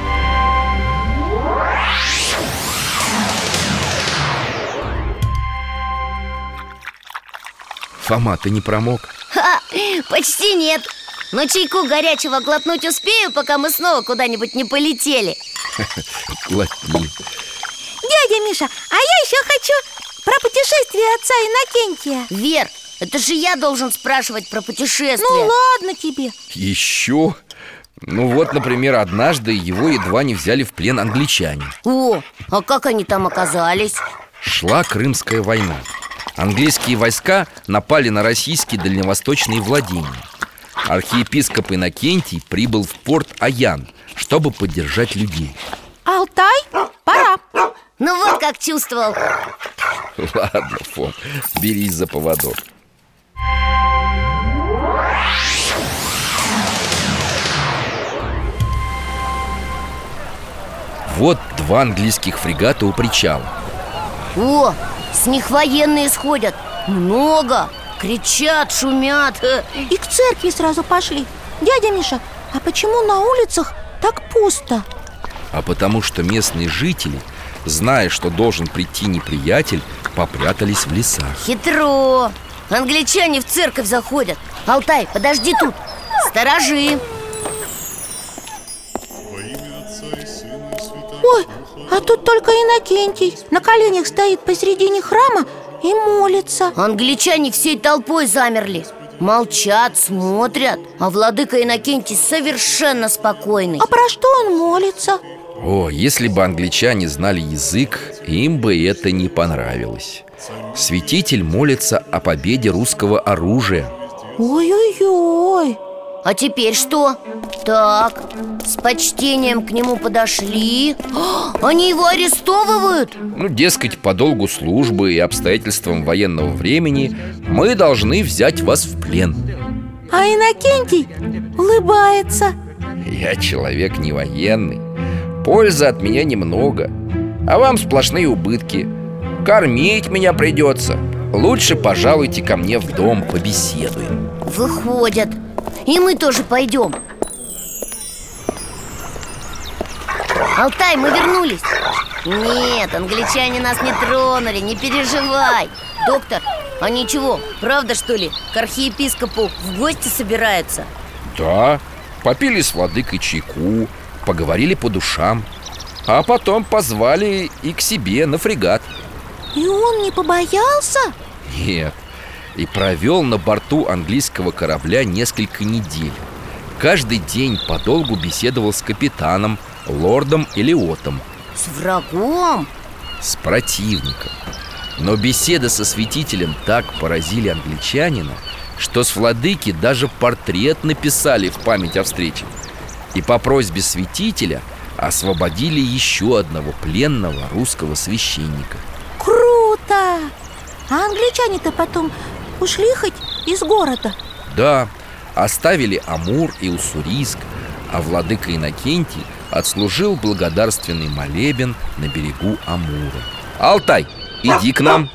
[SPEAKER 5] Фома, ты не промок?
[SPEAKER 4] Ха, почти нет. Но чайку горячего глотнуть успею, пока мы снова куда-нибудь не полетели.
[SPEAKER 5] Глотни.
[SPEAKER 6] Дядя Миша, а я еще хочу про путешествие отца Иннокентия.
[SPEAKER 4] Вер, это же я должен спрашивать про путешествие.
[SPEAKER 6] Ну ладно тебе.
[SPEAKER 5] Еще? Ну вот, например, однажды его едва не взяли в плен англичане.
[SPEAKER 4] О, а как они там оказались?
[SPEAKER 5] Шла Крымская война. Английские войска напали на российские дальневосточные владения. Архиепископ Иннокентий прибыл в порт Аян, чтобы поддержать людей.
[SPEAKER 6] Алтай, пора.
[SPEAKER 4] Ну вот как чувствовал.
[SPEAKER 5] Ладно, Фом, берись за поводок. Вот два английских фрегата у причала.
[SPEAKER 4] О, с них военные сходят. Много. Кричат, шумят.
[SPEAKER 6] И к церкви сразу пошли. Дядя Миша, а почему на улицах так пусто?
[SPEAKER 5] А потому что местные жители, зная, что должен прийти неприятель, попрятались в лесах.
[SPEAKER 4] Хитро. Англичане в церковь заходят. Алтай, подожди тут. Сторожи.
[SPEAKER 6] Ой, а тут только Иннокентий на коленях стоит посредине храма и молится.
[SPEAKER 4] Англичане всей толпой замерли. Молчат, смотрят. А владыка Иннокентий совершенно спокойный.
[SPEAKER 6] А про что он молится?
[SPEAKER 5] О, если бы англичане знали язык, им бы это не понравилось. Святитель молится о победе русского оружия.
[SPEAKER 6] Ой-ой-ой.
[SPEAKER 4] А теперь что? Так, с почтением к нему подошли. Они его арестовывают?
[SPEAKER 5] Ну, дескать, по долгу службы и обстоятельствам военного времени мы должны взять вас в плен.
[SPEAKER 6] А Иннокентий улыбается.
[SPEAKER 5] Я человек не военный. Пользы от меня немного, а вам сплошные убытки. Кормить меня придется. Лучше пожалуйте ко мне в дом, побеседуем.
[SPEAKER 4] Выходят. И мы тоже пойдем. Алтай, мы вернулись. Нет, англичане нас не тронули, не переживай. Доктор, а ничего, правда что ли, к архиепископу в гости собираются?
[SPEAKER 5] Да, попили с владыкой чайку, поговорили по душам, а потом позвали и к себе на фрегат.
[SPEAKER 6] И он не побоялся?
[SPEAKER 5] Нет, и провел на борту английского корабля несколько недель. Каждый день подолгу беседовал с капитаном, лордом Элиотом.
[SPEAKER 4] С врагом?
[SPEAKER 5] С противником. Но беседы со святителем так поразили англичанина, что с владыки даже портрет написали в память о встрече. И по просьбе святителя освободили еще одного пленного русского священника.
[SPEAKER 6] Круто! А англичане-то потом ушли хоть из города?
[SPEAKER 5] Да, оставили Амур и Уссурийск, а владыка Иннокентий отслужил благодарственный молебен на берегу Амура. Алтай, иди к нам.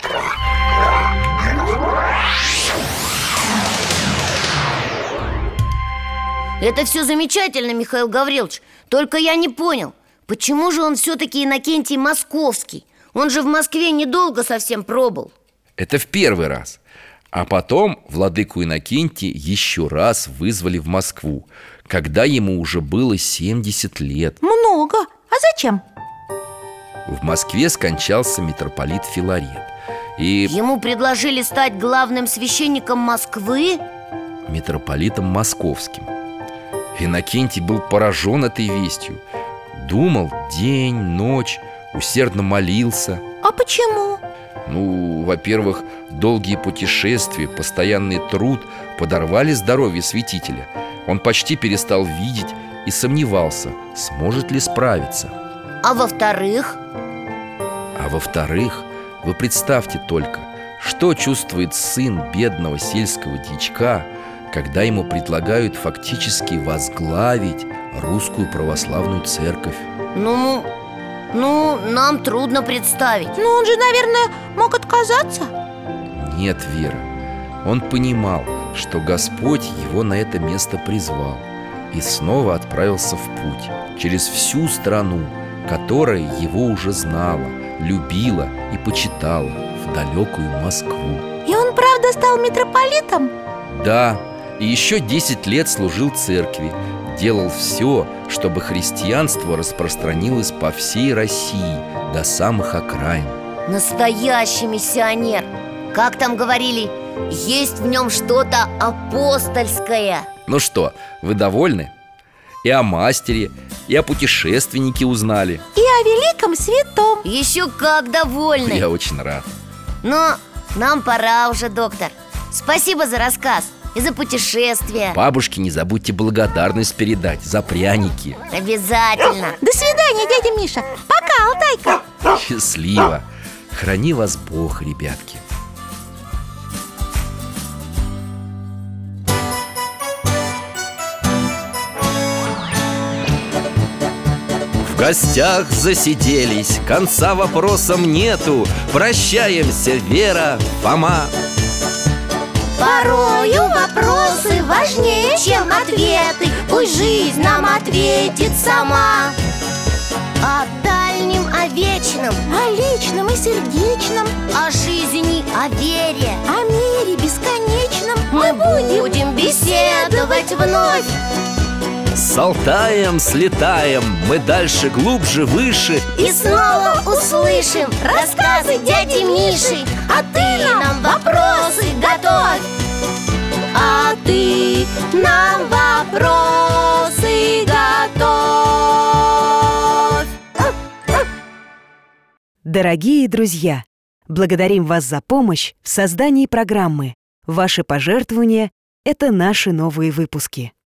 [SPEAKER 4] Это все замечательно, Михаил Гаврилович. Только я не понял, почему же он все-таки Иннокентий Московский? Он же в Москве недолго совсем пробыл.
[SPEAKER 5] Это в первый раз. А потом владыку Иннокентия еще раз вызвали в Москву, когда ему уже было 70 лет.
[SPEAKER 6] Много. А зачем?
[SPEAKER 5] В Москве скончался митрополит Филарет. И
[SPEAKER 4] Ему предложили стать главным священником Москвы?
[SPEAKER 5] митрополитом московским. Иннокентий был поражен этой вестью. Думал день, ночь, усердно молился.
[SPEAKER 6] А почему?
[SPEAKER 5] Ну, во-первых, долгие путешествия, постоянный труд подорвали здоровье святителя. Он почти перестал видеть и сомневался, сможет ли справиться.
[SPEAKER 4] А во-вторых?
[SPEAKER 5] А во-вторых, вы представьте только, что чувствует сын бедного сельского дьячка, когда ему предлагают фактически возглавить русскую православную церковь.
[SPEAKER 4] Ну, нам трудно представить.
[SPEAKER 6] Ну, он же, наверное, мог отказаться.
[SPEAKER 5] Нет, Вера, он понимал, что Господь его на это место призвал, и снова отправился в путь через всю страну, которая его уже знала, любила и почитала, в далекую Москву.
[SPEAKER 6] И он правда стал митрополитом?
[SPEAKER 5] Да, и еще 10 лет служил церкви, делал все, чтобы христианство распространилось по всей России до самых окраин.
[SPEAKER 4] Настоящий миссионер. Как там говорили, есть в нем что-то апостольское.
[SPEAKER 5] Ну что, вы довольны? И о мастере, и о путешественнике узнали.
[SPEAKER 6] И о великом святом.
[SPEAKER 4] Еще как довольны.
[SPEAKER 5] Я очень рад.
[SPEAKER 4] Но нам пора уже, доктор. Спасибо за рассказ и за путешествие.
[SPEAKER 5] Бабушке не забудьте благодарность передать за пряники.
[SPEAKER 4] Обязательно.
[SPEAKER 6] До свидания, дядя Миша. Пока, Алтайка.
[SPEAKER 5] Счастливо. Храни вас Бог, ребятки. В гостях засиделись, конца вопросам нету. Прощаемся, Вера, Фома.
[SPEAKER 4] Порою вопросы важнее, чем ответы. Пусть жизнь нам ответит сама. О дальнем, о вечном,
[SPEAKER 6] О личном и сердечном,
[SPEAKER 4] о жизни, о вере
[SPEAKER 6] о мире бесконечном
[SPEAKER 4] мы будем беседовать вновь.
[SPEAKER 5] С Алтаем слетаем, мы дальше, глубже, выше.
[SPEAKER 4] И снова услышим рассказы дяди Миши. А ты нам вопросы готовь. А ты нам вопросы готовь.
[SPEAKER 2] Дорогие друзья, благодарим вас за помощь в создании программы. Ваши пожертвования – это наши новые выпуски.